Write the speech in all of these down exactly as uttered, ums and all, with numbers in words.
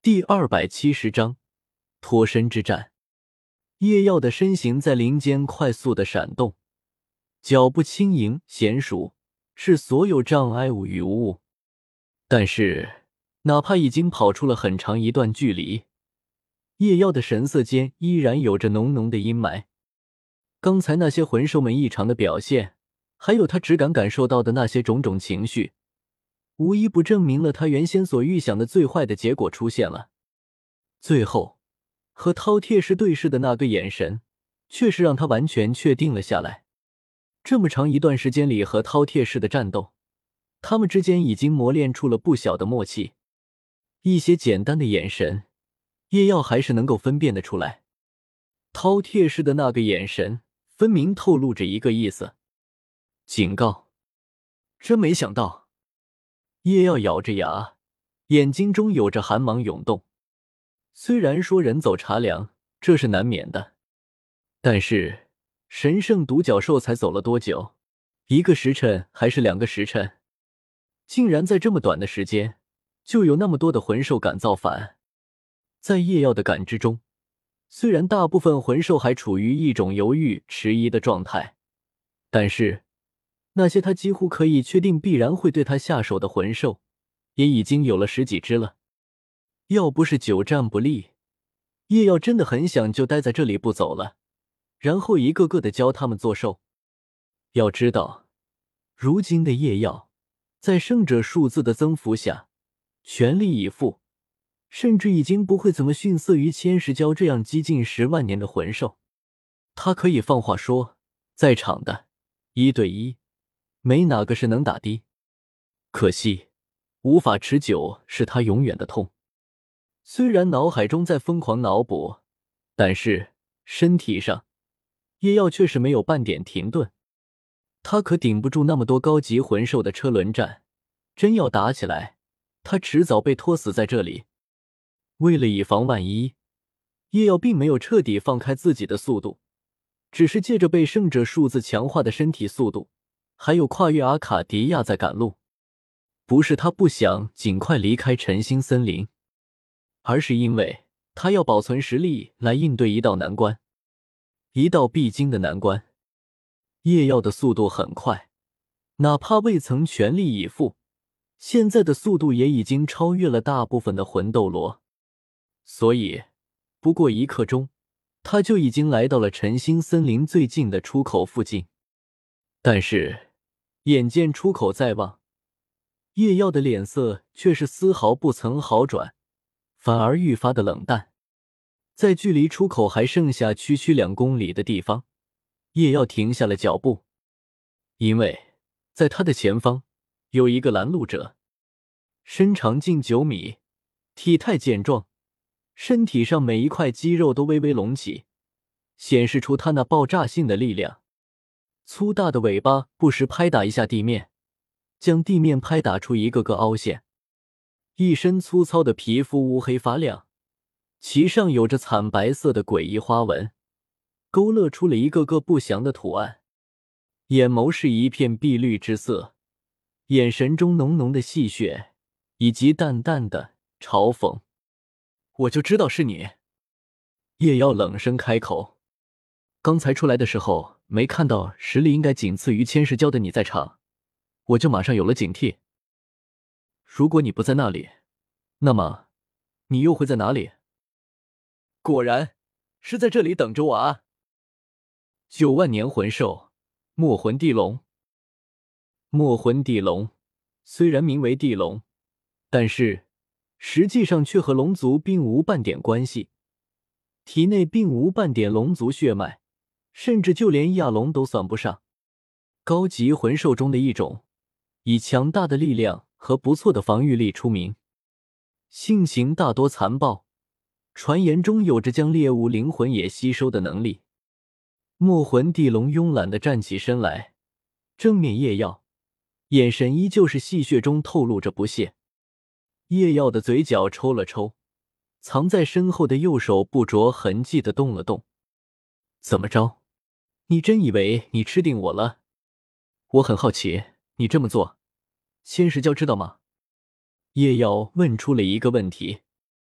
第二百七十章脱身之战。叶耀的身形在林间快速的闪动，脚步轻盈娴熟，是所有障碍物与无物。但是哪怕已经跑出了很长一段距离，叶耀的神色间依然有着浓浓的阴霾。刚才那些魂兽们异常的表现，还有他只感感受到的那些种种情绪，无一不证明了他原先所预想的最坏的结果出现了。最后和饕餮氏对视的那个眼神，却是让他完全确定了下来。这么长一段时间里和饕餮氏的战斗，他们之间已经磨练出了不小的默契。一些简单的眼神，叶耀还是能够分辨得出来。饕餮氏的那个眼神，分明透露着一个意思：警告。真没想到。叶耀咬着牙，眼睛中有着寒芒涌动。虽然说人走茶凉，这是难免的，但是神圣独角兽才走了多久？一个时辰还是两个时辰？竟然在这么短的时间，就有那么多的魂兽敢造反。在叶耀的感知中，虽然大部分魂兽还处于一种犹豫迟疑的状态，但是那些他几乎可以确定必然会对他下手的魂兽，也已经有了十几只了。要不是久战不利，叶耀真的很想就待在这里不走了，然后一个个的教他们做兽。要知道，如今的叶耀在圣者数字的增幅下，全力以赴，甚至已经不会怎么逊色于千石蛟这样激进十万年的魂兽。他可以放话说，在场的一对一，没哪个是能打的。可惜无法持久是他永远的痛。虽然脑海中在疯狂脑补，但是身体上叶耀却是没有半点停顿。他可顶不住那么多高级魂兽的车轮战，真要打起来，他迟早被拖死在这里。为了以防万一，叶耀并没有彻底放开自己的速度，只是借着被圣者数字强化的身体速度，还有跨越阿卡迪亚在赶路。不是他不想尽快离开晨星森林，而是因为他要保存实力来应对一道难关，一道必经的难关。叶耀的速度很快，哪怕未曾全力以赴，现在的速度也已经超越了大部分的魂斗罗。所以不过一刻钟，他就已经来到了晨星森林最近的出口附近。但是眼见出口在望，叶耀的脸色却是丝毫不曾好转，反而愈发的冷淡。在距离出口还剩下区区两公里的地方，叶耀停下了脚步，因为在他的前方有一个拦路者，身长近九米，体态健壮，身体上每一块肌肉都微微隆起，显示出他那爆炸性的力量。粗大的尾巴不时拍打一下地面，将地面拍打出一个个凹陷。一身粗糙的皮肤乌黑发亮，其上有着惨白色的诡异花纹，勾勒出了一个个不祥的图案。眼眸是一片碧绿之色，眼神中浓浓的戏谑以及淡淡的嘲讽。我就知道是你。叶耀冷声开口。刚才出来的时候没看到实力应该仅次于千石蛟的你在场，我就马上有了警惕。如果你不在那里，那么你又会在哪里？果然是在这里等着我啊！九万年魂兽，墨魂地龙。墨魂地龙虽然名为地龙，但是实际上却和龙族并无半点关系，体内并无半点龙族血脉，甚至就连亚龙都算不上。高级魂兽中的一种，以强大的力量和不错的防御力出名，性情大多残暴，传言中有着将猎物灵魂也吸收的能力。墨魂地龙慵懒地站起身来，正面叶耀，眼神依旧是戏谑中透露着不屑。叶耀的嘴角抽了抽，藏在身后的右手不着痕迹地动了动。怎么着？你真以为你吃定我了？我很好奇，你这么做，千石蛟知道吗？叶耀问出了一个问题。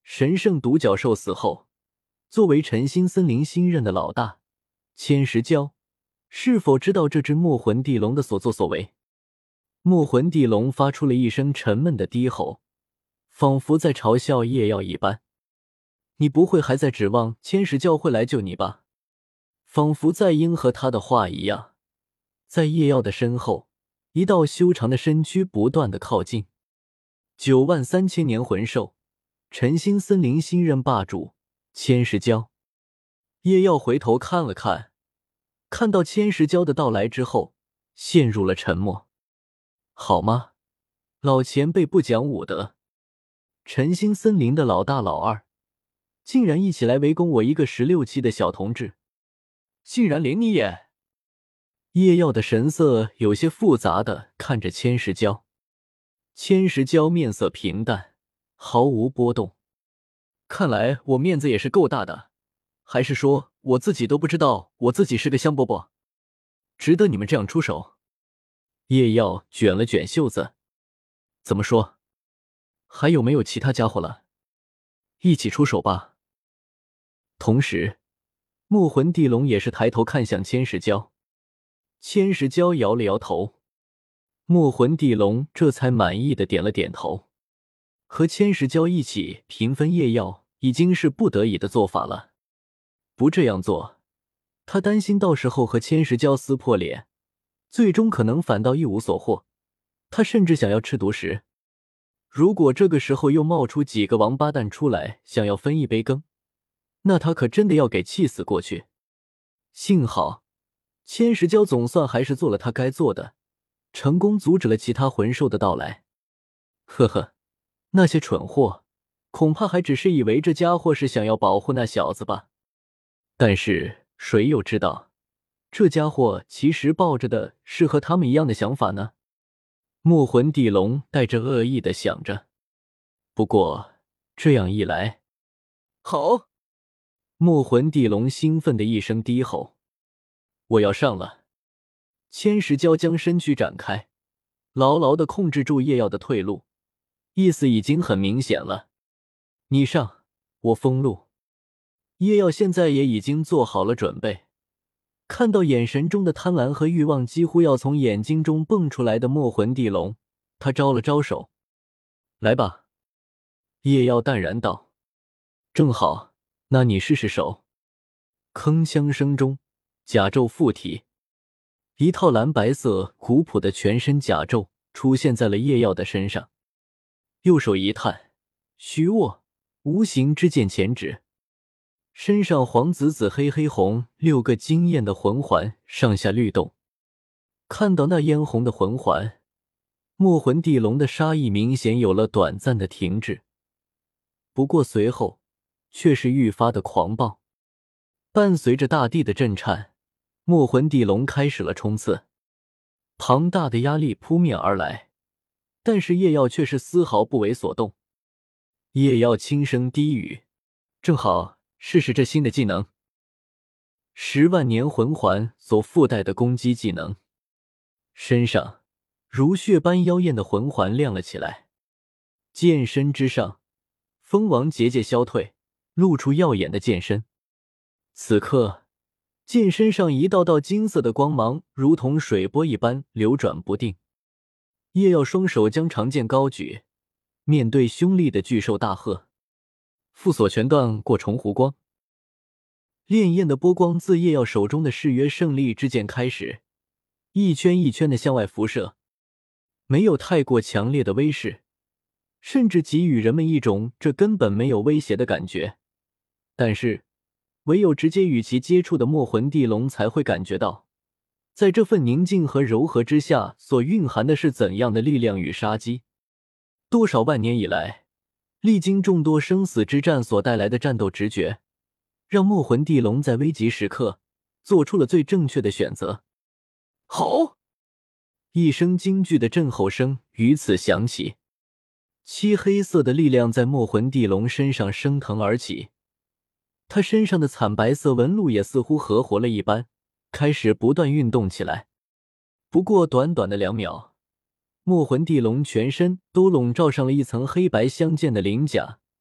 神圣独角兽死后，作为晨星森林新任的老大，千石蛟是否知道这只墨魂地龙的所作所为？墨魂地龙发出了一声沉闷的低吼，仿佛在嘲笑叶耀一般。你不会还在指望千石蛟会来救你吧？仿佛在应和他的话一样，在叶耀的身后，一道修长的身躯不断的靠近。九万三千年魂兽，晨星森林新任霸主千石蛟。叶耀回头看了看，看到千石蛟的到来之后，陷入了沉默。好吗？老前辈不讲武德，晨星森林的老大老二，竟然一起来围攻我一个十六期的小同志，竟然连你也……叶耀的神色有些复杂的看着千石蛟，千石蛟面色平淡，毫无波动。看来我面子也是够大的，还是说我自己都不知道我自己是个香饽饽，值得你们这样出手？叶耀卷了卷袖子，怎么说？还有没有其他家伙了？一起出手吧。同时，墨魂地龙也是抬头看向千石蛟，千石蛟摇了摇头，墨魂地龙这才满意的点了点头。和千石蛟一起平分叶耀已经是不得已的做法了，不这样做，他担心到时候和千石蛟撕破脸，最终可能反倒一无所获。他甚至想要吃独食，如果这个时候又冒出几个王八蛋出来想要分一杯羹，那他可真的要给气死过去。幸好千石蛟总算还是做了他该做的，成功阻止了其他魂兽的到来。呵呵，那些蠢货恐怕还只是以为这家伙是想要保护那小子吧。但是谁又知道这家伙其实抱着的是和他们一样的想法呢？墨魂地龙带着恶意的想着。不过这样一来，好！墨魂地龙兴奋的一声低吼，我要上了！千石蛟将身躯展开，牢牢的控制住叶耀的退路，意思已经很明显了。你上，我封路。叶耀现在也已经做好了准备，看到眼神中的贪婪和欲望几乎要从眼睛中蹦出来的墨魂地龙，他招了招手，来吧。叶耀淡然道，正好，那你试试手。铿锵声中，甲胄附体，一套蓝白色古朴的全身甲胄出现在了叶耀的身上。右手一探，虚握，无形之剑前指，身上黄紫紫黑黑红六个惊艳的魂环上下律动。看到那嫣红的魂环，墨魂地龙的杀意明显有了短暂的停滞，不过随后却是愈发的狂暴。伴随着大地的震颤，墨魂地龙开始了冲刺，庞大的压力扑面而来，但是叶耀却是丝毫不为所动。叶耀轻声低语，正好试试这新的技能。十万年魂环所附带的攻击技能，身上如血般妖艳的魂环亮了起来，剑身之上，蜂王结界消退，露出耀眼的剑身。此刻剑身上一道道金色的光芒如同水波一般流转不定。叶耀双手将长剑高举，面对凶厉的巨兽大喝，缚锁拳断过重湖光。潋滟的波光自叶耀手中的誓约胜利之剑开始，一圈一圈的向外辐射，没有太过强烈的威势，甚至给予人们一种这根本没有威胁的感觉。但是唯有直接与其接触的墨魂地龙才会感觉到，在这份宁静和柔和之下所蕴含的是怎样的力量与杀机。多少万年以来，历经众多生死之战所带来的战斗直觉，让墨魂地龙在危急时刻做出了最正确的选择。吼！一声惊惧的震吼声于此响起，漆黑色的力量在墨魂地龙身上升腾而起，他身上的惨白色纹路也似乎合活了一般，开始不断运动起来。不过短短的两秒，墨魂地龙全身都笼罩上了一层黑白相间的鳞甲，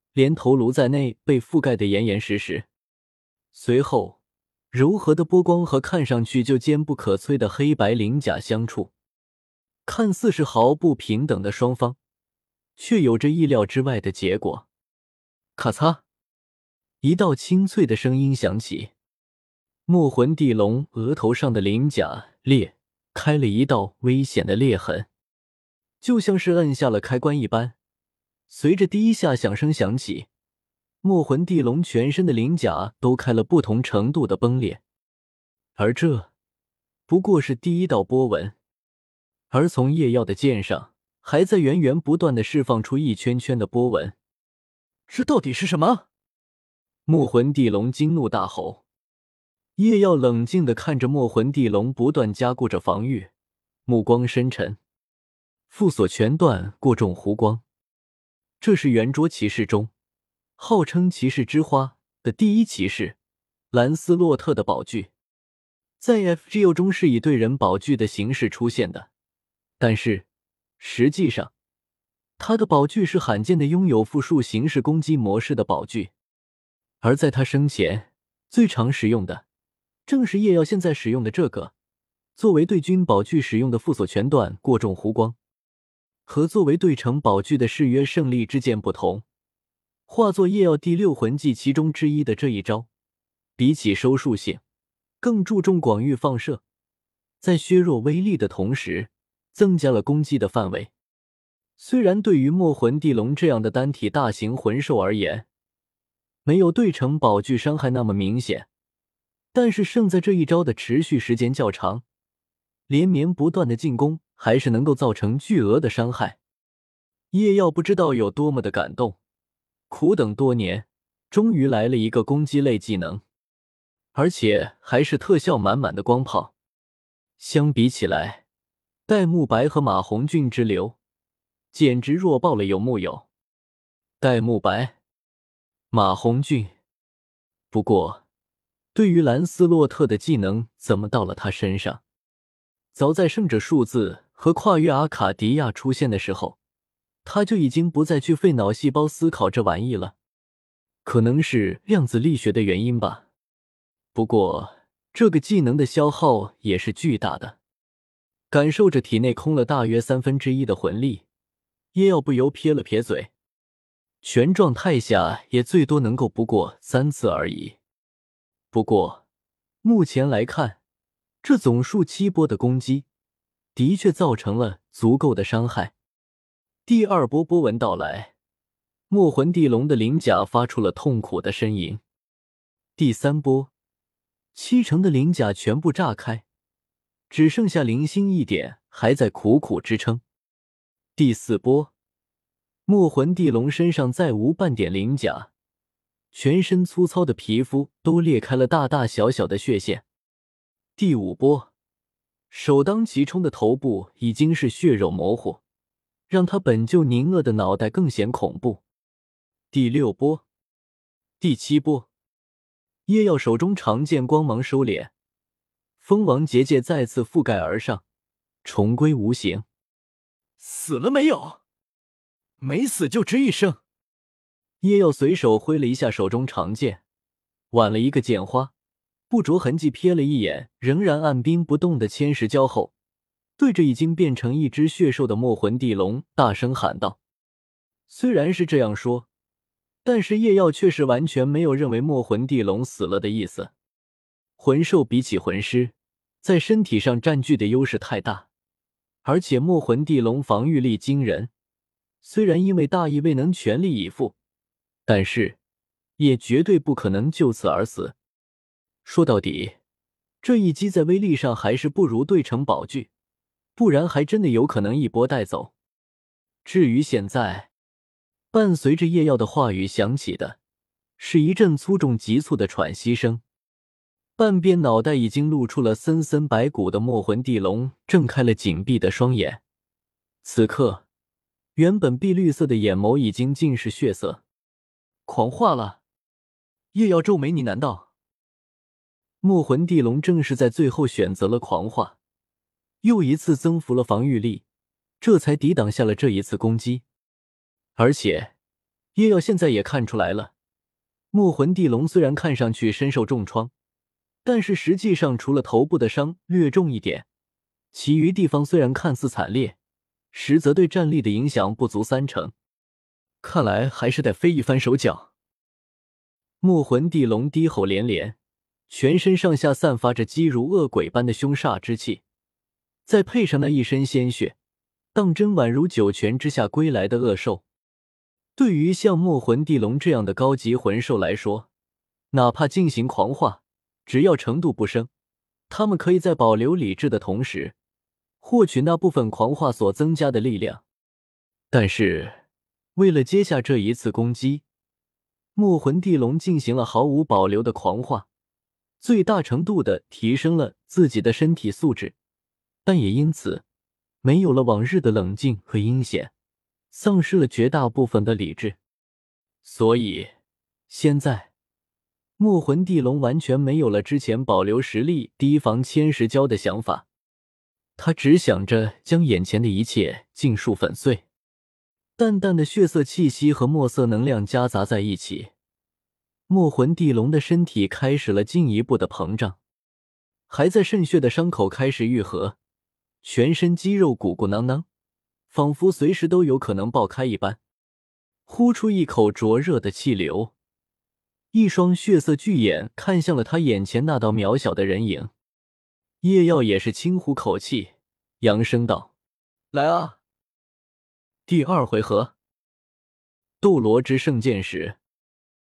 连头颅在内被覆盖得严严实实。随后，柔和的波光和看上去就坚不可摧的黑白鳞甲相触，看似是毫不平等的双方，却有着意料之外的结果。咔嚓，一道清脆的声音响起，墨魂地龙额头上的鳞甲裂开了一道危险的裂痕，就像是摁下了开关一般。随着第一下响声响起，墨魂地龙全身的鳞甲都开了不同程度的崩裂，而这不过是第一道波纹。而从夜耀的剑上还在源源不断地释放出一圈圈的波纹。这到底是什么？墨魂地龙惊怒大吼。夜耀冷静地看着墨魂地龙不断加固着防御，目光深沉。缚锁全段过众弧光，这是圆桌骑士中号称骑士之花的第一骑士兰斯洛特的宝具，在 F G O 中是以对人宝具的形式出现的，但是实际上他的宝具是罕见的拥有复数形式攻击模式的宝具，而在他生前最常使用的正是夜耀现在使用的这个作为对军宝具使用的缚锁全段过众弧光。和作为对城宝具的誓约胜利之剑不同，化作夜耀第六魂技其中之一的这一招，比起收束性更注重广域放射，在削弱威力的同时增加了攻击的范围。虽然对于墨魂地龙这样的单体大型魂兽而言，没有对城宝具伤害那么明显，但是胜在这一招的持续时间较长，连绵不断的进攻还是能够造成巨额的伤害。夜耀不知道有多么的感动，苦等多年，终于来了一个攻击类技能，而且还是特效满满的光炮。相比起来，戴沐白和马红俊之流简直弱爆了有木有。戴沐白、马红俊，不过对于兰斯洛特的技能怎么到了他身上，早在胜者数字和跨越阿卡迪亚出现的时候，他就已经不再去费脑细胞思考这玩意了。可能是量子力学的原因吧。不过这个技能的消耗也是巨大的，感受着体内空了大约三分之一的魂力，叶耀不由撇了撇嘴。全状态下也最多能够不过三次而已。不过目前来看，这总数七波的攻击的确造成了足够的伤害。第二波波纹到来，墨魂地龙的鳞甲发出了痛苦的呻吟。第三波，七成的鳞甲全部炸开，只剩下零星一点还在苦苦支撑。第四波，墨魂地龙身上再无半点鳞甲，全身粗糙的皮肤都裂开了大大小小的血线。第五波，首当其冲的头部已经是血肉模糊，让他本就凝恶的脑袋更显恐怖。第六波，第七波，叶耀手中长剑光芒收敛，蜂王结界再次覆盖而上，重归无形。 死了没有？没死就吱一声。 叶耀随手挥了一下手中长剑，挽了一个剑花，不着痕迹瞥了一眼仍然按兵不动的千石蛟后，对着已经变成一只血兽的墨魂地龙大声喊道。虽然是这样说，但是叶耀却是完全没有认为墨魂地龙死了的意思。魂兽比起魂师，在身体上占据的优势太大，而且墨魂地龙防御力惊人，虽然因为大意未能全力以赴，但是也绝对不可能就此而死。说到底，这一击在威力上还是不如对城宝具，不然还真的有可能一波带走。至于现在，伴随着叶耀的话语响起的是一阵粗重急促的喘息声。半边脑袋已经露出了森森白骨的墨魂地龙睁开了紧闭的双眼，此刻原本碧绿色的眼眸已经尽是血色。狂化了！叶耀皱眉，你难道……墨魂地龙正是在最后选择了狂化，又一次增幅了防御力，这才抵挡下了这一次攻击。而且叶耀现在也看出来了，墨魂地龙虽然看上去身受重创，但是实际上除了头部的伤略重一点，其余地方虽然看似惨烈，实则对战力的影响不足三成。 看来还是得飞一番手脚。 墨魂地龙低吼连连，全身上下散发着几如恶鬼般的凶煞之气，再配上那一身鲜血，当真宛如九泉之下归来的恶兽。对于像墨魂地龙这样的高级魂兽来说，哪怕进行狂化，只要程度不升，他们可以在保留理智的同时，获取那部分狂化所增加的力量。但是为了接下这一次攻击，墨魂地龙进行了毫无保留的狂化，最大程度的提升了自己的身体素质，但也因此没有了往日的冷静和阴险，丧失了绝大部分的理智。所以现在墨魂地龙完全没有了之前保留实力提防千石蛟的想法，他只想着将眼前的一切尽数粉碎。淡淡的血色气息和墨色能量夹杂在一起，墨魂地龙的身体开始了进一步的膨胀，还在渗血的伤口开始愈合，全身肌肉鼓鼓囊囊，仿佛随时都有可能爆开一般。呼出一口灼热的气流，一双血色巨眼看向了他眼前那道渺小的人影。叶耀也是轻呼口气，扬声道：“ 来啊！” 第二回合，斗罗之圣剑时，